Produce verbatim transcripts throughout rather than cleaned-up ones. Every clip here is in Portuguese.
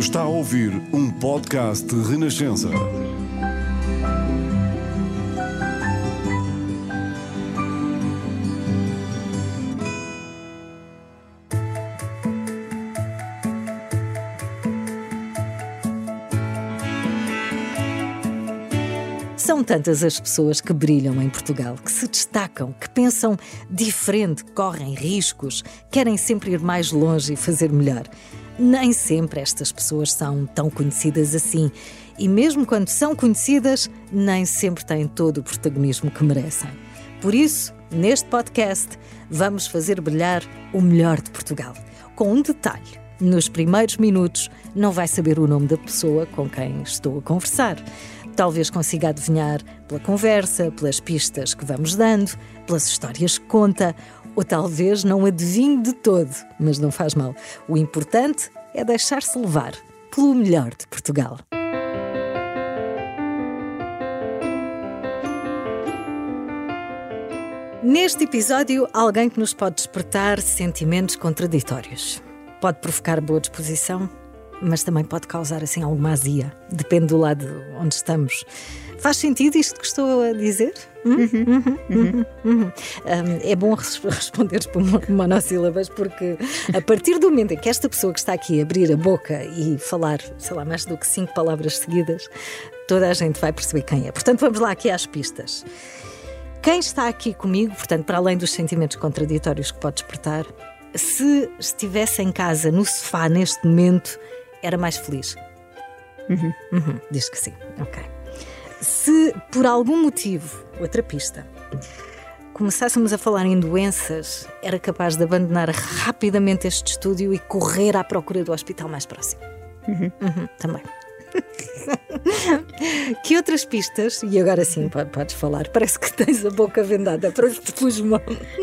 Está a ouvir um podcast de Renascença. São tantas as pessoas que brilham em Portugal, que se destacam, que pensam diferente, correm riscos, querem sempre ir mais longe e fazer melhor. Nem sempre estas pessoas são tão conhecidas assim. E mesmo quando são conhecidas, nem sempre têm todo o protagonismo que merecem. Por isso, neste podcast, vamos fazer brilhar o melhor de Portugal. Com um detalhe: nos primeiros minutos não vai saber o nome da pessoa com quem estou a conversar. Talvez consiga adivinhar pela conversa, pelas pistas que vamos dando, pelas histórias que conta, ou talvez não adivinhe de todo, mas não faz mal. O importante é deixar-se levar pelo melhor de Portugal. Neste episódio, alguém que nos pode despertar sentimentos contraditórios. Pode provocar boa disposição, mas também pode causar assim alguma azia. Depende do lado onde estamos. Faz sentido isto que estou a dizer? Hum? Uhum. Uhum. Uhum. Uhum. Um, é bom responderes por monossílabas, porque a partir do momento em que esta pessoa que está aqui abrir a boca e falar, sei lá, mais do que cinco palavras seguidas, toda a gente vai perceber quem é. Portanto, vamos lá aqui às pistas. Quem está aqui comigo, portanto, para além dos sentimentos contraditórios que pode despertar, se estivesse em casa, no sofá, neste momento, era mais feliz? Uhum. Uhum. Diz que sim. Ok. Se por algum motivo, outra pista, começássemos a falar em doenças, era capaz de abandonar rapidamente este estúdio e correr à procura do hospital mais próximo? Uhum. Uhum. Também. Que outras pistas? E agora sim, podes falar. Parece que tens a boca vendada. Parece que te pus uma...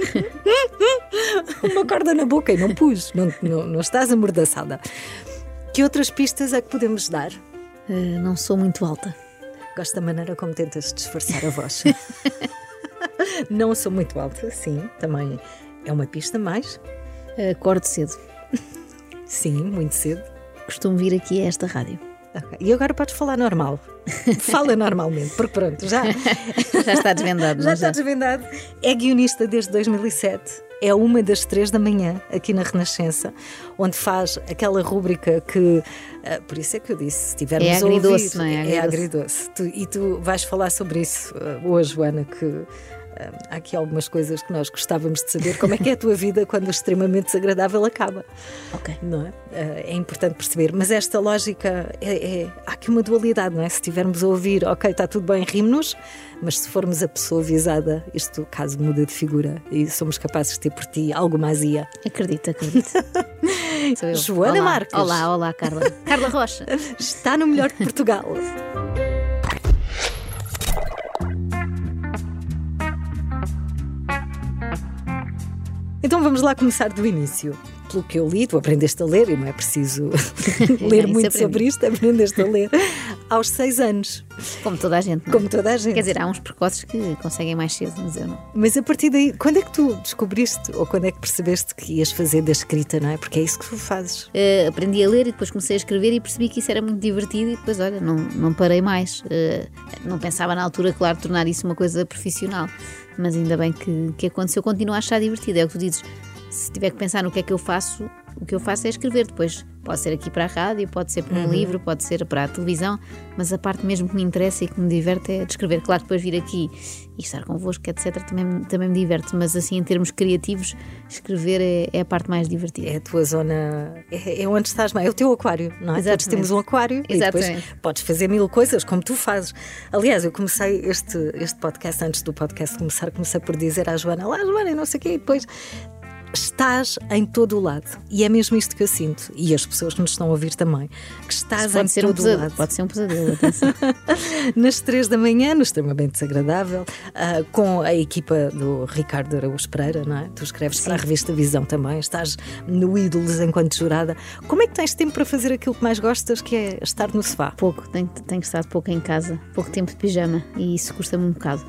uma corda na boca e não pus. Não, não, não estás amordaçada. Que outras pistas é que podemos dar? Uh, não sou muito alta. Gosto da maneira como tentas disfarçar a voz. Não sou muito alta, sim. Também é uma pista mais. Uh, acordo cedo. Sim, muito cedo. Costumo vir aqui a esta rádio. Okay. E agora podes falar normal. Fala normalmente, porque pronto, já... já está desvendado. Já está já. desvendado. É guionista desde dois mil e sete. É uma das três da manhã, aqui na Renascença, onde faz aquela rúbrica que... Uh, por isso é que eu disse, se tivermos é agridoce, a ouvir... não é? É agridoce. Tu, e tu vais falar sobre isso uh, hoje, Joana, que... Uh, há aqui algumas coisas que nós gostávamos de saber. Como é que é a tua vida quando o extremamente desagradável acaba? Ok. Não é? É importante perceber. Mas esta lógica, é, é, há aqui uma dualidade, não é? Se estivermos a ouvir, ok, está tudo bem, rimos-nos, mas se formos a pessoa avisada, isto caso muda de figura e somos capazes de ter por ti alguma azia. Acredito, acredito. Sou eu. Joana olá. Marques. Olá, olá, Carla. Carla Rocha. Está no melhor de Portugal. Então vamos lá começar do início. Pelo que eu li, tu aprendeste a ler, e não é preciso ler muito aprendi. sobre isto, aprendeste a ler aos seis anos. Como toda a gente, não é? Como toda a gente. Quer dizer, há uns precoces que conseguem mais cedo, mas eu não. Mas a partir daí, quando é que tu descobriste, ou quando é que percebeste que ias fazer da escrita, não é? Porque é isso que tu fazes. Uh, aprendi a ler e depois comecei a escrever e percebi que isso era muito divertido e depois, olha, não, não parei mais. Uh, não pensava na altura, claro, tornar isso uma coisa profissional. Mas ainda bem que, que aconteceu, continuo a achar divertido. É o que tu dizes, se tiver que pensar no que é que eu faço, o que eu faço é escrever. Depois pode ser aqui para a rádio, pode ser para um uhum. livro, pode ser para a televisão, mas a parte mesmo que me interessa e que me diverte é de escrever. Claro, depois vir aqui e estar convosco, etcétera, também, também me diverte, mas assim em termos criativos, escrever é, é a parte mais divertida. É a tua zona, é, é onde estás mais, é o teu aquário, não é? Exatamente. Todos temos um aquário. Exatamente. E depois podes fazer mil coisas, como tu fazes. Aliás, eu comecei este, este podcast, antes do podcast começar, comecei por dizer à Joana, lá Joana, e não sei o quê, e depois... Estás em todo o lado. E é mesmo isto que eu sinto. E as pessoas que nos estão a ouvir também. Que estás em todo um o lado. Pode ser um pesadelo, atenção. Nas três da manhã, no Extremamente Desagradável, uh, com a equipa do Ricardo Araújo Pereira, não é? Tu escreves Sim. para a revista Visão também. Estás no Ídolos enquanto jurada. Como é que tens tempo para fazer aquilo que mais gostas, que é estar no sofá? Pouco. Tenho, tenho estado pouco em casa. Pouco tempo de pijama. E isso custa-me um bocado.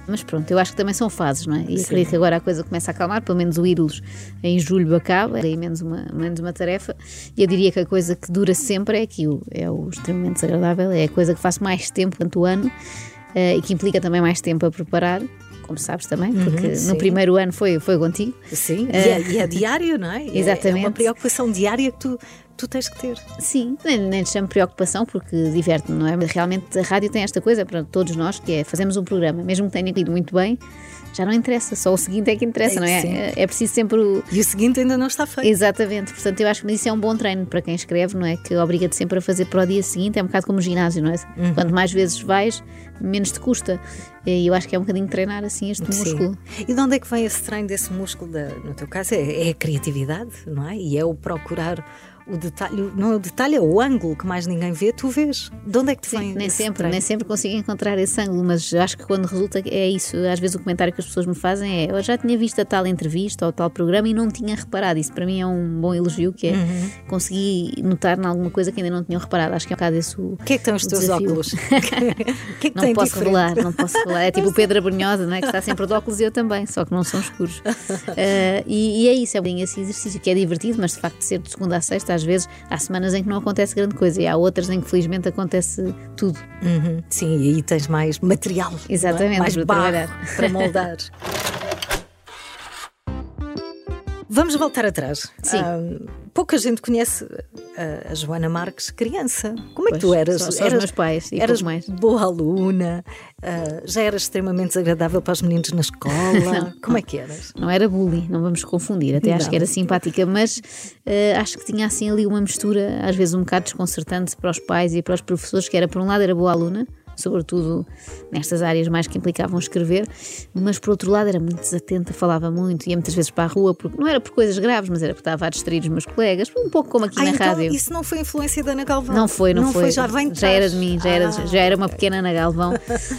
Mas pronto, eu acho que também são fases, não é? E Sim. acredito que agora a coisa começa a acalmar, pelo menos o Ídolos em julho acaba, aí menos uma, menos uma tarefa, e eu diria que a coisa que dura sempre é aquilo, é o extremamente desagradável, é a coisa que faço mais tempo durante o ano uh, e que implica também mais tempo a preparar, como sabes também, porque uhum, no primeiro ano foi, foi contigo. Sim, uh, e, é, e é diário, não é? Exatamente. É uma preocupação diária que tu... tu tens que ter. Sim, nem, nem te chamo preocupação porque diverte-me, não é? Realmente a rádio tem esta coisa para todos nós, que é fazemos um programa, mesmo que tenha ido muito bem, já não interessa, só o seguinte é que interessa, é, não é? É, é preciso sempre o... E o seguinte ainda não está feito. Exatamente, portanto eu acho que isso é um bom treino para quem escreve, não é? Que obriga-te sempre a fazer para o dia seguinte, é um bocado como o ginásio, não é? Uhum. Quanto mais vezes vais, menos te custa. E eu acho que é um bocadinho treinar assim este músculo. Sim. E de onde é que vem esse treino desse músculo? Da, no teu caso é, é a criatividade, não é? E é o procurar o detalhe, não é o detalhe, é o ângulo que mais ninguém vê, tu vês. De onde é que te Sim, vem nem esse sempre, treino? nem sempre consigo encontrar esse ângulo, mas acho que quando resulta é isso. Às vezes o comentário que as pessoas me fazem é: eu já tinha visto a tal entrevista ou tal programa e não tinha reparado. Isso para mim é um bom elogio, que é uhum. consegui notar em alguma coisa que ainda não tinham reparado. Acho que é um bocado esse o O que é que tem os teus desafio. óculos? O que é que não tem posso diferente? revelar, não posso revelar. É tipo o Pedro Abrunhosa, não é? Que está sempre de óculos e eu também, só que não são escuros. Uh, e, e é isso, é bem esse exercício que é divertido, mas de facto de ser de segunda a sexta, às vezes há semanas em que não acontece grande coisa e há outras em que felizmente acontece tudo. Uhum. Sim, e aí tens mais material. Exatamente, é? Mais para barro trabalhar. para moldar. Vamos voltar atrás. Sim. Um, pouca gente conhece a, a Joana Marques criança. Como é que Pois, tu eras? Só, só eras os meus pais e eras pouco mais. boa aluna? Uh, já eras extremamente desagradável para os meninos na escola? Não, Como é que eras? Não era bullying, não vamos confundir. Até acho Não. que era simpática, mas uh, acho que tinha assim ali uma mistura, às vezes um bocado desconcertante para os pais e para os professores, que era, por um lado, era boa aluna, sobretudo nestas áreas mais que implicavam escrever, mas por outro lado era muito desatenta, falava muito, ia muitas vezes para a rua, porque não era por coisas graves, mas era porque estava a distrair os meus colegas, um pouco como aqui ah, na então rádio. Isso não foi influência da Ana Galvão? Não foi, não, não foi. Já vem de já trás. era de mim, já era, ah, já era uma okay. pequena Ana Galvão. uh,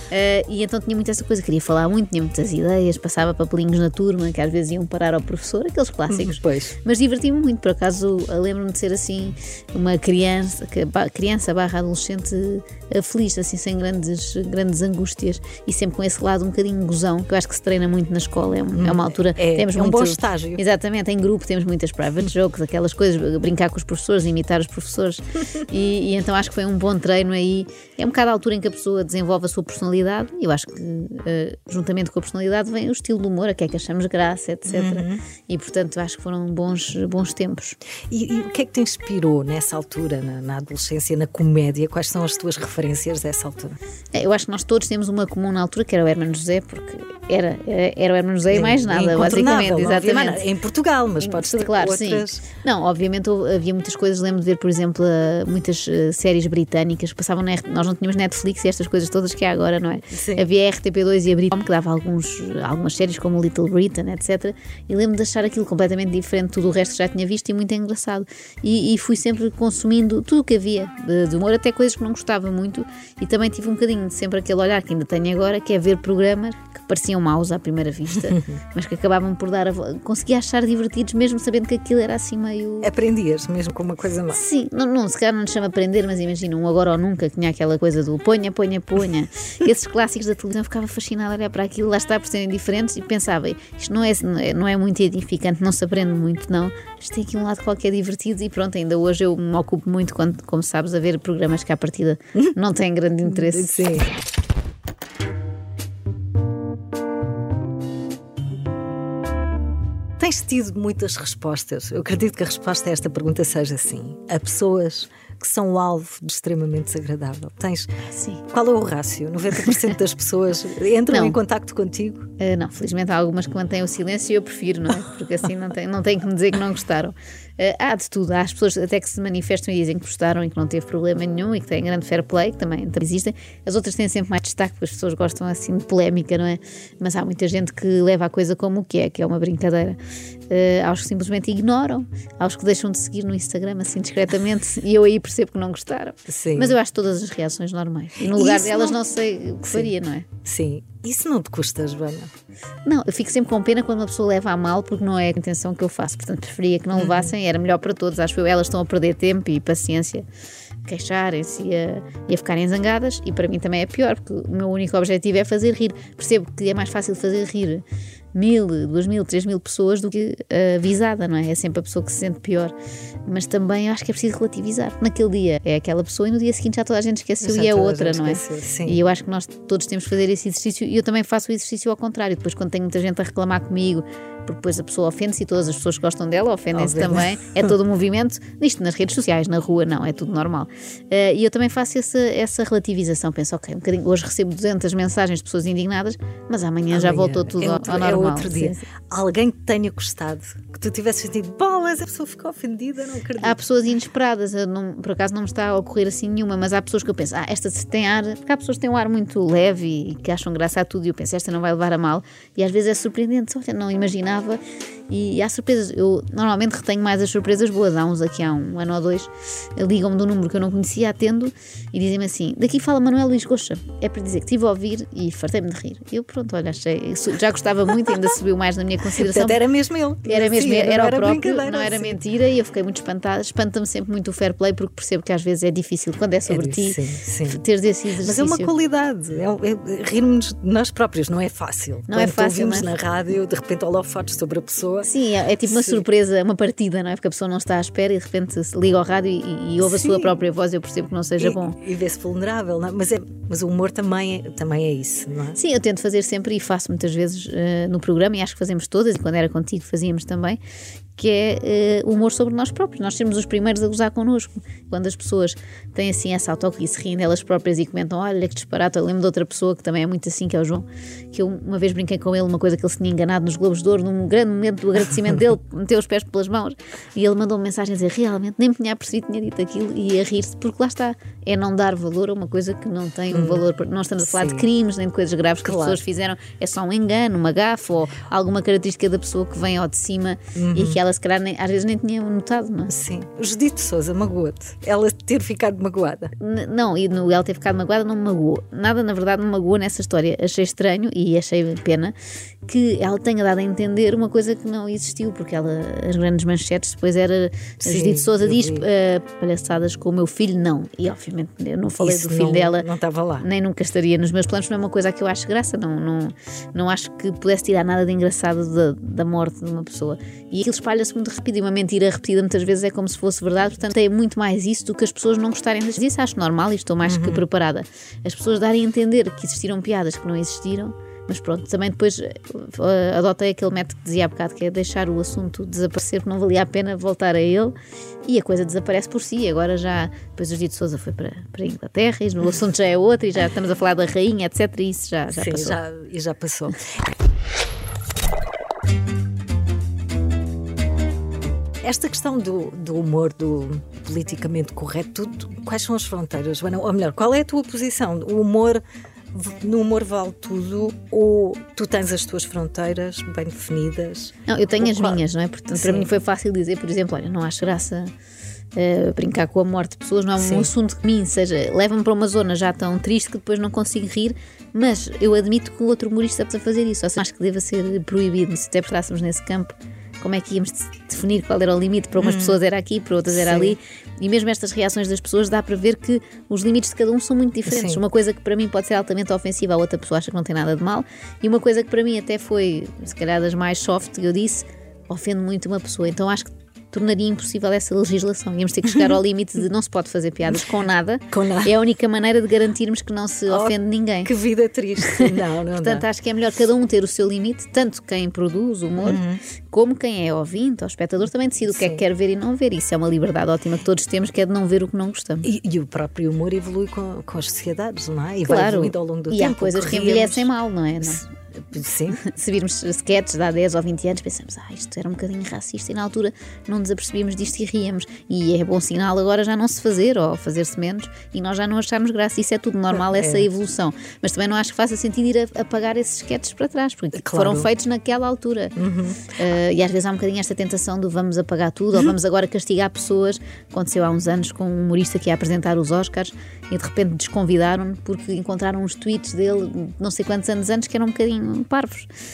e então tinha muito essa coisa, queria falar muito, tinha muitas ideias, passava papelinhos na turma, que às vezes iam parar ao professor, aqueles clássicos. Pois. Mas diverti-me muito, por acaso lembro-me de ser assim uma criança, criança barra adolescente feliz, assim, sem grandes, grandes angústias e sempre com esse lado um bocadinho gozão, que eu acho que se treina muito na escola, é, um, é uma altura, é, temos é um muito, bom estágio. Exatamente, em grupo temos muitas private jokes, aquelas coisas, brincar com os professores, imitar os professores e, e então acho que foi um bom treino aí, é um bocado a altura em que a pessoa desenvolve a sua personalidade e eu acho que uh, juntamente com a personalidade vem o estilo do humor, a que é que achamos graça, etcétera. Uhum. E portanto acho que foram bons, bons tempos. E, e o que é que te inspirou nessa altura, na, na adolescência, na comédia? Quais são as tuas referências dessa altura? Eu acho que nós todos temos uma comum na altura, que era o Hermano José, porque era, era o Hermano José e mais nada, basicamente. Exatamente. Em Portugal, mas pode ser claro, outras. Sim. Não, obviamente havia muitas coisas, lembro de ver, por exemplo, muitas séries britânicas que passavam na R T P, nós não tínhamos Netflix e estas coisas todas que há agora, não é? Sim. Havia a R T P dois e a Britcom que dava alguns, algumas séries como Little Britain, etcétera. E lembro de achar aquilo completamente diferente de tudo o resto que já tinha visto e muito engraçado. E, e fui sempre consumindo tudo o que havia de, de humor, até coisas que não gostava muito, e também tive um bocadinho de sempre aquele olhar que ainda tenho agora, que é ver programas que pareciam maus à primeira vista, mas que acabavam por dar a vo... conseguia achar divertidos mesmo sabendo que aquilo era assim meio... Aprendias mesmo com uma coisa má. Sim, não, não, se calhar não nos chama aprender, mas imagina, um agora ou nunca, que tinha aquela coisa do ponha, ponha, ponha. Esses clássicos da televisão, eu ficava fascinada a olhar para aquilo, lá está, por serem diferentes, e pensava, isto não é, não é muito edificante, não se aprende muito, não. Isto tem aqui um lado qualquer divertido e pronto, ainda hoje eu me ocupo muito, quando, como sabes, a ver programas que à partida não têm grande interesse. Sim. Tens tido muitas respostas. Eu acredito que a resposta a esta pergunta seja sim. A pessoas que são o alvo de extremamente desagradável. Tens. Sim. Qual é o rácio? noventa por cento das pessoas entram não. em contacto contigo? Uh, não, felizmente há algumas que mantêm o silêncio e eu prefiro, não é? Porque assim não tem, não tem que me dizer que não gostaram. Uh, há de tudo. Há as pessoas até que se manifestam e dizem que gostaram e que não teve problema nenhum e que têm grande fair play, que também, também existem. As outras têm sempre mais destaque porque as pessoas gostam assim de polémica, não é? Mas há muita gente que leva a coisa como o que é, que é uma brincadeira. Uh, há os que simplesmente ignoram, há os que deixam de seguir no Instagram assim discretamente e eu aí percebo que não gostaram. Sim. Mas eu acho todas as reações normais. E no lugar Isso delas não... não sei o que Sim. faria, não é? Sim. Isso não te custa, Joana? Não, eu fico sempre com pena quando uma pessoa leva a mal porque não é a intenção que eu faço. Portanto, preferia que não levassem, era melhor para todos, acho eu. Elas estão a perder tempo e paciência. queixarem-se e a, e a ficarem zangadas, e para mim também é pior, porque o meu único objetivo é fazer rir. Percebo que é mais fácil fazer rir mil, duas mil, três mil pessoas do que a visada, não é? É sempre a pessoa que se sente pior. Mas também acho que é preciso relativizar. Naquele dia é aquela pessoa e no dia seguinte já toda a gente esqueceu e é outra, não é? Esqueceu, e eu acho que nós todos temos que fazer esse exercício, e eu também faço o exercício ao contrário. Depois, quando tenho muita gente a reclamar comigo, porque depois a pessoa ofende-se e todas as pessoas que gostam dela ofendem-se também, é todo o movimento, nisto nas redes sociais, na rua não, é tudo normal. Uh, e eu também faço essa, essa relativização, penso, ok, um bocadinho, hoje recebo duzentas mensagens de pessoas indignadas, mas amanhã, amanhã já voltou tudo é outro, ao, ao normal. É outro dia. Sim, sim. Alguém que tenha gostado, que tu tivesse sentido, bom, mas a pessoa ficou ofendida, não acredito. Há pessoas inesperadas, não, por acaso não me está a ocorrer assim nenhuma, mas há pessoas que eu penso, ah, esta tem ar, porque há pessoas que têm um ar muito leve e que acham graça a tudo, e eu penso, esta não vai levar a mal, e às vezes é surpreendente, olha, não imaginava. E há surpresas, eu normalmente retenho mais as surpresas boas. Há uns aqui há um ano ou dois ligam-me do número que eu não conhecia, atendo e dizem-me assim, daqui fala Manuel Luís Goxa, é para dizer que estive a ouvir e fartei-me de rir. Eu pronto, olha, achei, já gostava muito, ainda subiu mais na minha consideração. Portanto, era mesmo ele. Era mesmo Sim, ele, era, era o próprio, não era assim. mentira, e eu fiquei muito espantada. Espanta-me sempre muito o fair play, porque percebo que às vezes é difícil, quando é sobre é, ti, sim, sim. teres esse exercício. Mas é uma qualidade, é, é, rir-nos nós próprios, não é fácil. Não quando é fácil, ouvimos não é? Na rádio, de repente holofotes sobre a pessoa. Sim, é, é tipo uma Sim. surpresa, uma partida, não é? Porque a pessoa não está à espera e de repente se liga ao rádio e, e ouve Sim. a sua própria voz. Eu percebo que não seja e, bom. E vê-se vulnerável, não é? Mas, é, mas o humor também é, também é isso, não é? Sim, eu tento fazer sempre e faço muitas vezes uh, no programa, e acho que fazemos todas, e quando era contigo fazíamos também, que é uh, humor sobre nós próprios. Nós sermos os primeiros a gozar connosco. Quando as pessoas têm assim essa autocrítica e se riem delas próprias e comentam, olha que disparate. Eu lembro de outra pessoa que também é muito assim, que é o João, que eu uma vez brinquei com ele uma coisa que ele se tinha enganado nos Globos de Ouro, num grande momento do agradecimento dele, meteu os pés pelas mãos, e ele mandou uma mensagem a dizer, realmente nem me tinha percebido, tinha dito aquilo, e a rir-se, porque lá está, é não dar valor a uma coisa que não tem um hum, valor. Não estamos a falar Sim. de crimes nem de coisas graves que claro. As pessoas fizeram, é só um engano, uma gafe ou alguma característica da pessoa que vem ao de cima uhum. e que ela se calhar nem, às vezes nem tinha notado, não é? Sim. Judite Sousa magoou-te, ela ter ficado magoada. N- não, e no ela ter ficado magoada não me magoou. Nada, na verdade, me magoou nessa história. Achei estranho e achei pena que ela tenha dado a entender uma coisa que não existiu, porque ela, as grandes manchetes depois era a Judite Sousa diz uh, palhaçadas com o meu filho, não. E obviamente eu não falei Isso do filho não, dela, não estava lá. Nem nunca estaria nos meus planos, não é uma coisa que eu acho graça, não, não, não acho que pudesse tirar nada de engraçado da, da morte de uma pessoa. E aquilo espalha-se muito rápido, e uma mentira repetida muitas vezes é como se fosse verdade, portanto é muito mais isso do que as pessoas não gostarem de dizer. Isso acho normal e estou mais uhum. que preparada. As pessoas darem a entender que existiram piadas que não existiram. Mas pronto, também depois uh, adotei aquele método que dizia há bocado, que é deixar o assunto desaparecer, porque não valia a pena voltar a ele, e a coisa desaparece por si. Agora já, depois o Judite Sousa foi para, para a Inglaterra, e no assunto já é outro, e já estamos a falar da rainha, etcétera. E isso já, já Sim, passou. Já, e já passou. Esta questão do, do humor, do politicamente correto, tudo, quais são as fronteiras, Joana? Ou melhor, qual é a tua posição? O humor... No humor vale tudo, ou tu tens as tuas fronteiras bem definidas? Não, eu tenho ou as qual? minhas, não é? Portanto, Sim. para mim foi fácil dizer, por exemplo, olha, não acho graça uh, brincar com a morte de pessoas, não é um Sim. assunto que mim seja, leva-me para uma zona já tão triste que depois não consigo rir, mas eu admito que o outro humorista precisa fazer isso, ou seja, acho que deva ser proibido. Se até pensássemos nesse campo, como é que íamos definir qual era o limite? Para umas hum. pessoas era aqui, para outras era Sim. ali. E mesmo estas reações das pessoas dá para ver que os limites de cada um são muito diferentes. Sim. Uma coisa que para mim pode ser altamente ofensiva, a outra pessoa acha que não tem nada de mal. E uma coisa que para mim até foi, se calhar das mais soft, eu disse, ofende muito uma pessoa. Então acho que tornaria impossível essa legislação. Íamos ter que chegar ao limite de não se pode fazer piadas com nada. Com nada. É a única maneira de garantirmos que não se oh, ofende ninguém. Que vida triste. Não, não Portanto, dá. acho que é melhor cada um ter o seu limite, tanto quem produz o humor, uhum. como quem é ouvinte ou espectador também decide o que Sim. é que quer ver e não ver. Isso é uma liberdade ótima que todos temos, que é de não ver o que não gostamos. E, e o próprio humor evolui com, com as sociedades, não é? E claro. vai evoluindo ao longo do e tempo. E há coisas que envelhecem mal, não é? Não? Sim. Se virmos sketches de há dez ou vinte anos, pensamos, ah, isto era um bocadinho racista, e na altura não nos apercebíamos disto e ríamos, e é bom sinal agora já não se fazer, ou fazer-se menos, e nós já não acharmos graça. Isso é tudo normal, essa é. evolução, mas também não acho que faça sentido ir a, apagar esses sketches para trás, porque claro. foram feitos naquela altura. Uhum. Uh, e às vezes há um bocadinho esta tentação de vamos apagar tudo, uhum. ou vamos agora castigar pessoas. Aconteceu há uns anos com um humorista que ia apresentar os Oscars, e de repente desconvidaram-no porque encontraram uns tweets dele não sei quantos anos antes que eram um bocadinho parvos.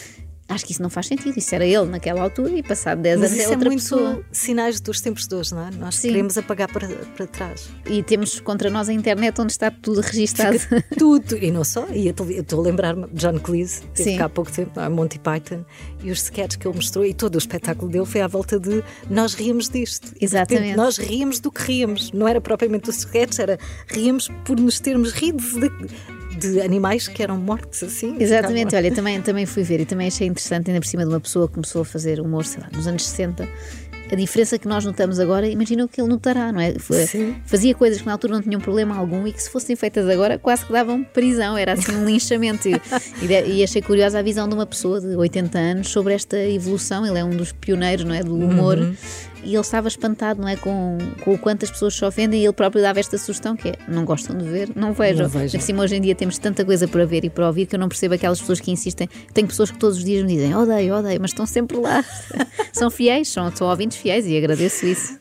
Acho que isso não faz sentido. Isso era ele naquela altura e passado dez anos é outra é muito pessoa. Sinais dos tempos de hoje, não é? Nós Sim. queremos apagar para, para trás. E temos contra nós a internet onde está tudo registado. Tudo, e não só. E eu estou a lembrar-me de John Cleese, que teve Sim. cá há pouco tempo, não é? Monty Python, e os sketches que ele mostrou e todo o espetáculo dele foi à volta de nós ríamos disto. Exatamente. Portanto, nós ríamos do que ríamos. Não era propriamente o sketch, era ríamos por nos termos rido de, de animais que eram mortos assim. Exatamente, olha, também, também fui ver e também achei interessante, ainda por cima de uma pessoa que começou a fazer humor, sei lá, nos anos sessenta, a diferença que nós notamos agora, imagina o que ele notará, não é? Sim. Fazia coisas que na altura não tinham problema algum e que se fossem feitas agora quase que davam prisão, era assim um linchamento. E, e achei curiosa a visão de uma pessoa de oitenta anos sobre esta evolução. Ele é um dos pioneiros, não é, do humor. Uhum. E ele estava espantado, não é, com, com o quanto as pessoas se ofendem, e ele próprio dava esta sugestão que é, não gostam de ver, não vejam. Não vejam. Por cima, hoje em dia temos tanta coisa para ver e para ouvir que eu não percebo aquelas pessoas que insistem. Tenho pessoas que todos os dias me dizem odeio, odeio, mas estão sempre lá. São fiéis, são, são ouvintes fiéis e agradeço isso.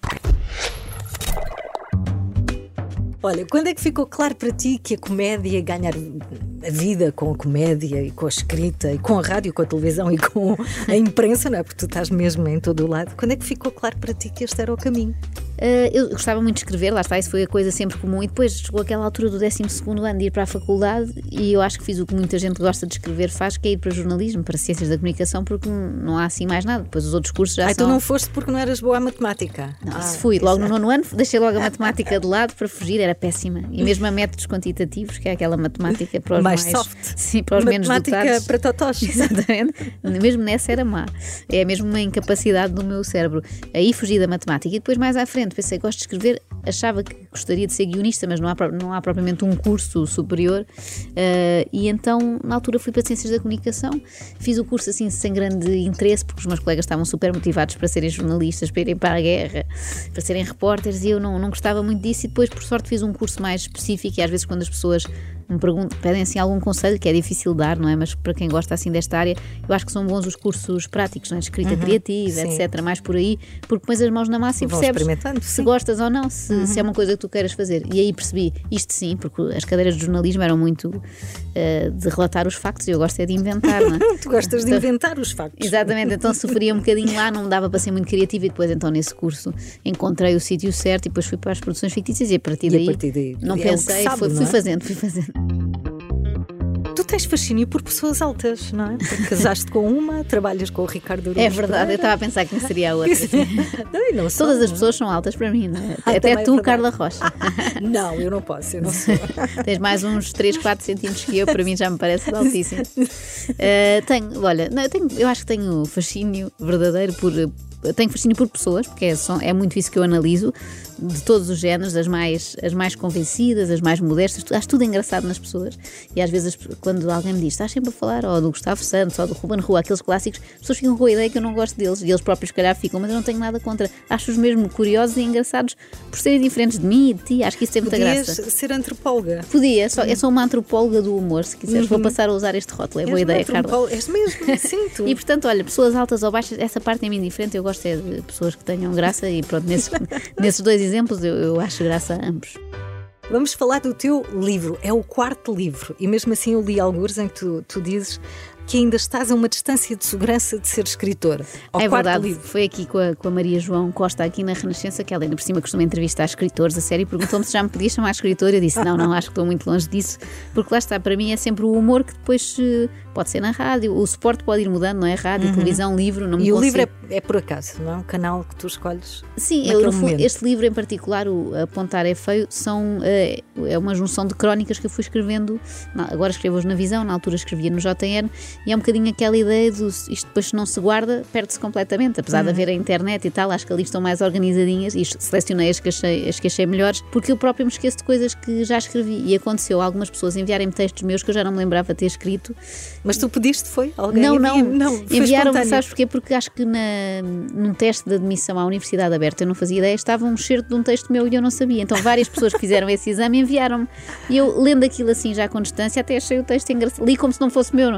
Olha, quando é que ficou claro para ti que a comédia, ganhar a vida com a comédia e com a escrita e com a rádio, com a televisão e com a imprensa, não é? Porque tu estás mesmo em todo o lado. Quando é que ficou claro para ti que este era o caminho? Uh, eu gostava muito de escrever, lá está, isso foi a coisa sempre comum, e depois chegou aquela altura do décimo segundo ano de ir para a faculdade e eu acho que fiz o que muita gente gosta de escrever faz, que é ir para jornalismo, para ciências da comunicação, porque não há assim mais nada. Depois os outros cursos já ah, são... tu não foste porque não eras boa à matemática? Não, ah, isso fui, logo no nono ano deixei logo a matemática de lado para fugir, era péssima, e mesmo a métodos quantitativos, que é aquela matemática para os mais, mais soft, sim, para os menos dotados. Matemática para totós. Exatamente, mesmo nessa era má, é mesmo uma incapacidade do meu cérebro. Aí fugi da matemática e depois mais à frente pensei, gosto de escrever, achava que gostaria de ser guionista, mas não há, não há propriamente um curso superior, uh, e então na altura fui para Ciências da Comunicação, fiz o curso assim sem grande interesse, porque os meus colegas estavam super motivados para serem jornalistas, para irem para a guerra, para serem repórteres, e eu não, não gostava muito disso, e depois por sorte fiz um curso mais específico, e às vezes quando as pessoas me perguntam, pedem assim algum conselho, que é difícil dar, não é? Mas para quem gosta assim desta área, eu acho que são bons os cursos práticos, não é? Escrita uhum, criativa, sim. etcétera, mais por aí, porque pões as mãos na massa e vão percebes se sim. gostas ou não, se, uhum. se é uma coisa que tu queiras fazer. E aí percebi, isto sim, porque as cadeiras de jornalismo eram muito uh, de relatar os factos, e eu gosto é de inventar, não é? Tu gostas de inventar os factos. Exatamente, então sofria um bocadinho lá, não me dava para ser muito criativa, e depois então nesse curso encontrei o sítio certo e depois fui para as produções fictícias, e a partir daí, e a partir daí não é pensei, sabe, foi, não é? fui fazendo, fui fazendo. Tu tens fascínio por pessoas altas, não é? Porque casaste com uma, trabalhas com o Ricardo Araújo. É verdade, eu estava a pensar que não seria a outra. Não, não sou, Todas as não. pessoas são altas para mim, não é? Ah, Até é tu, verdade. Carla Rocha. Não, eu não posso, eu não sou. Tens mais uns três, quatro centímetros que eu, para mim já me parece altíssimo. Uh, tenho, olha, não, eu, tenho, eu acho que tenho fascínio verdadeiro por... Tenho fascínio por pessoas, porque é, só, é muito isso que eu analiso, de todos os géneros, as mais, as mais convencidas, as mais modestas, acho tudo engraçado nas pessoas. E às vezes, quando alguém me diz, estás sempre a falar ou do Gustavo Santos ou do Ruben Rua, aqueles clássicos, as pessoas ficam com a ideia que eu não gosto deles, e eles próprios, se calhar, ficam, mas eu não tenho nada contra. Acho-os mesmo curiosos e engraçados por serem diferentes de mim e de ti. Acho que isso tem muita Podias graça. ser antropóloga. Podia, só, é só uma antropóloga do humor, se quiseres. Uhum. Vou passar a usar este rótulo, é boa ideia, Carla. És mesmo, sinto. E portanto, olha, pessoas altas ou baixas, essa parte é-me indiferente, eu gosto é de pessoas que tenham graça, e pronto, nesses, nesses dois exemplos eu, eu acho graça a ambos. Vamos falar do teu livro, é o quarto livro, e mesmo assim eu li algures em que tu, tu dizes que ainda estás a uma distância de segurança de ser escritora. Ao é quarto verdade, livro. Foi aqui com a, com a Maria João Costa, aqui na Renascença, que ela ainda por cima costuma entrevistar escritores a sério, e perguntou-me se já me podia chamar escritora. Eu disse, não, não, acho que estou muito longe disso, porque lá está, para mim é sempre o humor que depois pode ser na rádio, o suporte pode ir mudando, não é? Rádio, uhum. televisão, livro, não me E consigo... o livro é, é por acaso, não é? Um canal que tu escolhes. Sim, eu, no fundo, este livro em particular, o Apontar é Feio, são, é, é uma junção de crónicas que eu fui escrevendo, agora escrevo-os na Visão, na altura escrevia no J N, e é um bocadinho aquela ideia de isto depois, se não se guarda, perde-se completamente, apesar uhum. de haver a internet e tal, acho que ali estão mais organizadinhas, e selecionei as que, achei, as que achei melhores, porque eu próprio me esqueço de coisas que já escrevi, e aconteceu algumas pessoas enviarem-me textos meus que eu já não me lembrava ter escrito. Mas tu pediste, foi? Alguém não, envia? não, não enviaram-me, sabes porquê? Porque acho que na, num teste de admissão à Universidade Aberta, eu não fazia ideia, estava um excerto de um texto meu e eu não sabia, então várias pessoas que fizeram esse exame enviaram-me, e eu lendo aquilo assim já com distância, até achei o texto engraçado, li como se não fosse meu, não é? Eu,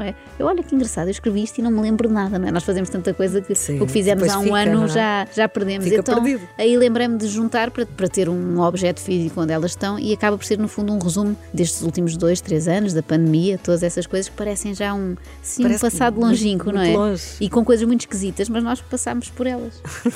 olha que engraçado, eu escrevi isto e não me lembro de nada, não é? Nós fazemos tanta coisa que Sim, o que fizemos há um fica, ano é? já, já perdemos. Fica Então perdido. aí lembrei-me de juntar para, para ter um objeto físico onde elas estão e acaba por ser no fundo um resumo destes últimos dois, três anos, da pandemia, todas essas coisas que parecem já um, sim, um passado muito, longínquo, muito não é? longe. E com coisas muito esquisitas, mas nós passámos por elas.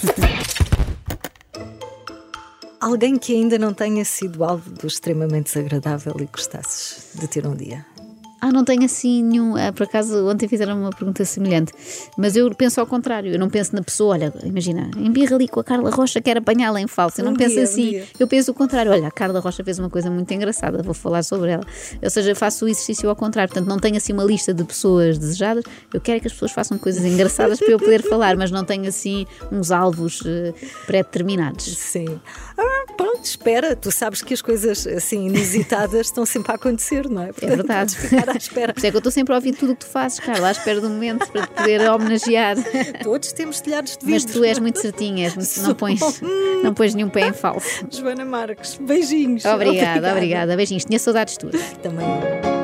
Alguém que ainda não tenha sido alvo do extremamente desagradável e gostasses de ter um dia? Ah, não tenho assim nenhum. Ah, por acaso, ontem fizeram uma pergunta semelhante, mas eu penso ao contrário. Eu não penso na pessoa, olha, imagina, embirra ali com a Carla Rocha, quero apanhá-la em falso. Eu não Um penso dia, um assim. dia. Eu penso o contrário. Olha, a Carla Rocha fez uma coisa muito engraçada, vou falar sobre ela. Ou seja, faço o exercício ao contrário. Portanto, não tenho assim uma lista de pessoas desejadas. Eu quero que as pessoas façam coisas engraçadas para eu poder falar, mas não tenho assim uns alvos uh, pré-determinados. Sim. Ah, pronto, espera. Tu sabes que as coisas assim inusitadas estão sempre a acontecer, não é? Portanto, É verdade. podes ficar à espera. Por isso é que eu estou sempre a ouvir tudo o que tu fazes, Carla, à espera do momento para te poder homenagear. Todos temos telhados de Mas vidro. tu és muito certinha, és muito- não pões, não pões nenhum pé em falso. Joana Marques, beijinhos. Obrigada, obrigada. Beijinhos. Tinha saudades tuas. Também.